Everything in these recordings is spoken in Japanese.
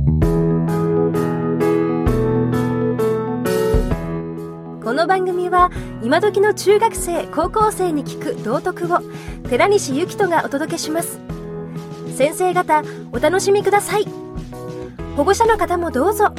この番組は今時の中学生高校生に聞く道徳を寺西幸人がお届けします。先生方お楽しみください。保護者の方もどうぞ。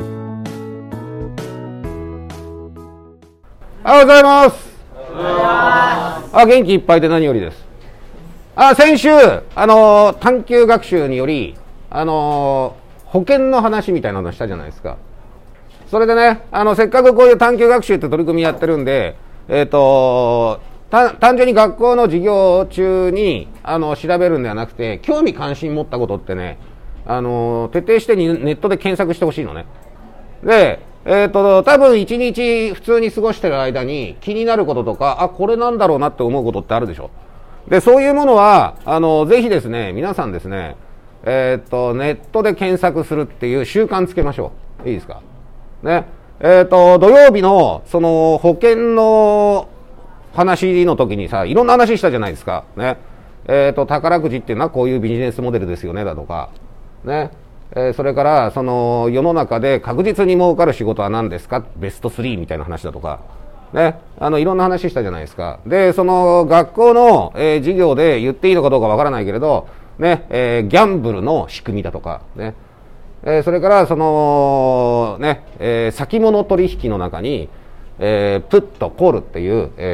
おはようございます。元気いっぱいで何よりです。先週探究学習により保険の話みたいなのしたじゃないですか。それでね、せっかくこういう探究学習って取り組みやってるんで、単純に学校の授業中に調べるんではなくて、興味関心持ったことってね、徹底してネットで検索してほしいのね。で、多分一日普通に過ごしてる間に気になることとか、これなんだろうなって思うことってあるでしょ。で、そういうものはぜひですね、皆さんですね、ネットで検索するっていう習慣つけましょう。いいですかね。土曜日のその保険の話の時にさ、いろんな話したじゃないですかね。宝くじっていうのはこういうビジネスモデルですよねだとかね。それからその世の中で確実に儲かる仕事は何ですか、ベスト3みたいな話だとかね、いろんな話したじゃないですか。で、その学校の、授業で言っていいのかどうかわからないけれどね、ギャンブルの仕組みだとかね、それからそのね、先物取引の中に、プットコールっていう、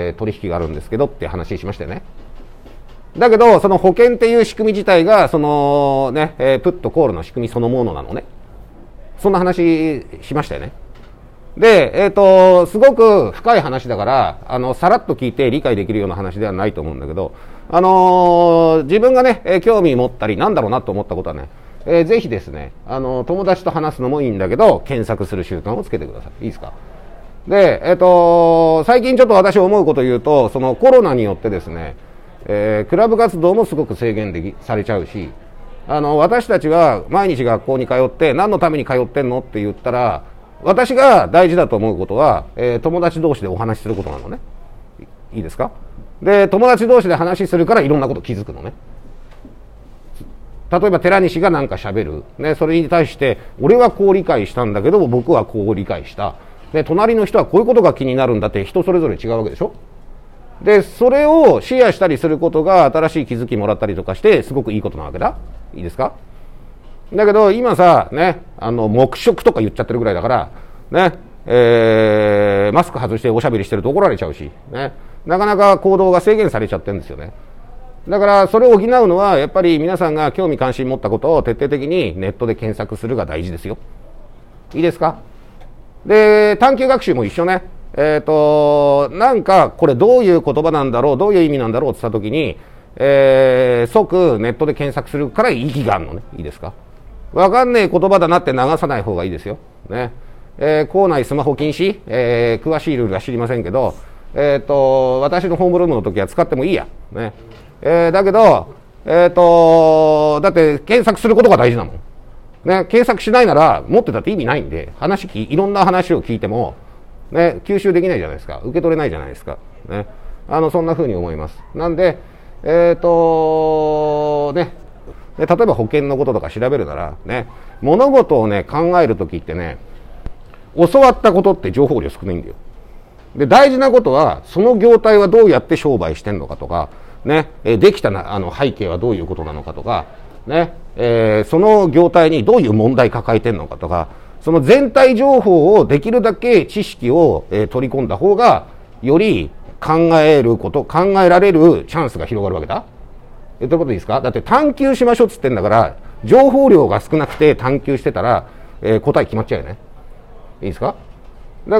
取引があるんですけどって話しましたよね。だけどその保険っていう仕組み自体がそのね、プットコールの仕組みそのものなのね。そんな話しましたよね。で、すごく深い話だからさらっと聞いて理解できるような話ではないと思うんだけど、自分がね、興味持ったりなんだろうなと思ったことはね、ぜひですね、友達と話すのもいいんだけど検索する習慣をつけてください。いいですか。で、最近ちょっと私思うことを言うと、そのコロナによってですね、クラブ活動もすごく制限されちゃうし、私たちは毎日学校に通って何のために通ってんのって言ったら、私が大事だと思うことは、友達同士でお話しすることなのね。いいですか。で、友達同士で話しするからいろんなこと気づくのね。例えば寺西が何か喋る、ね、それに対して俺はこう理解したんだけど僕はこう理解した、で隣の人はこういうことが気になるんだって人それぞれ違うわけでしょ。でそれをシェアしたりすることが新しい気づきもらったりとかしてすごくいいことなわけだ。いいですか。だけど今さね、黙食とか言っちゃってるぐらいだからね、マスク外しておしゃべりしてると怒られちゃうしね、なかなか行動が制限されちゃってるんですよね。だからそれを補うのはやっぱり皆さんが興味関心持ったことを徹底的にネットで検索するが大事ですよ。いいですか。で探究学習も一緒ね。なんかこれどういう言葉なんだろう、どういう意味なんだろうって言った時に、即ネットで検索するから意義があるのね。いいですか。わかんねえ言葉だなって流さない方がいいですよね。校内スマホ禁止、詳しいルールは知りませんけど、私のホームルームの時は使ってもいいやね。だけど、だって検索することが大事なの。ね、検索しないなら持ってたって意味ないんで、いろんな話を聞いても、ね、吸収できないじゃないですか。受け取れないじゃないですか。ね、そんな風に思います。なんで、ね、例えば保険のこととか調べるなら、ね、物事をね、考えるときってね、教わったことって情報量少ないんだよ。で、大事なことは、その業態はどうやって商売してんのかとか、ね、できた背景はどういうことなのかとか、ね、その業態にどういう問題抱えてんのかとか、その全体情報をできるだけ知識を、取り込んだ方が、より考えられるチャンスが広がるわけだ。言ってることいいですか。だって探求しましょうっつってんだから、情報量が少なくて探求してたら、答え決まっちゃうよね。いいですか。だから、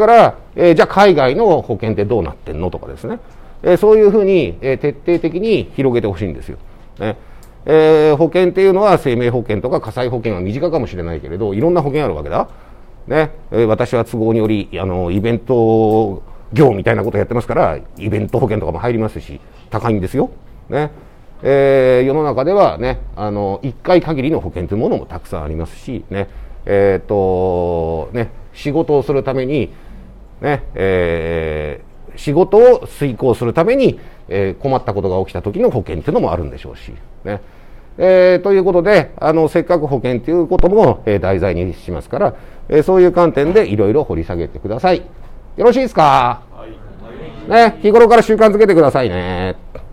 じゃあ海外の保険ってどうなってんのとかですね。そういうふうに、徹底的に広げてほしいんですよ。ね。保険っていうのは生命保険とか火災保険は身近かもしれないけれど、いろんな保険あるわけだ。ね。私は都合によりイベント業みたいなことやってますから、イベント保険とかも入りますし、高いんですよ。ね。世の中ではね、1回限りの保険というものもたくさんありますし、ね。ね、仕事をするために、ね、仕事を遂行するために、困ったことが起きた時の保険っていうのもあるんでしょうし、ね。 ということで、せっかく保険ということも、題材にしますから、そういう観点でいろいろ掘り下げてください。よろしいですか？はい。ね、日頃から習慣づけてくださいね。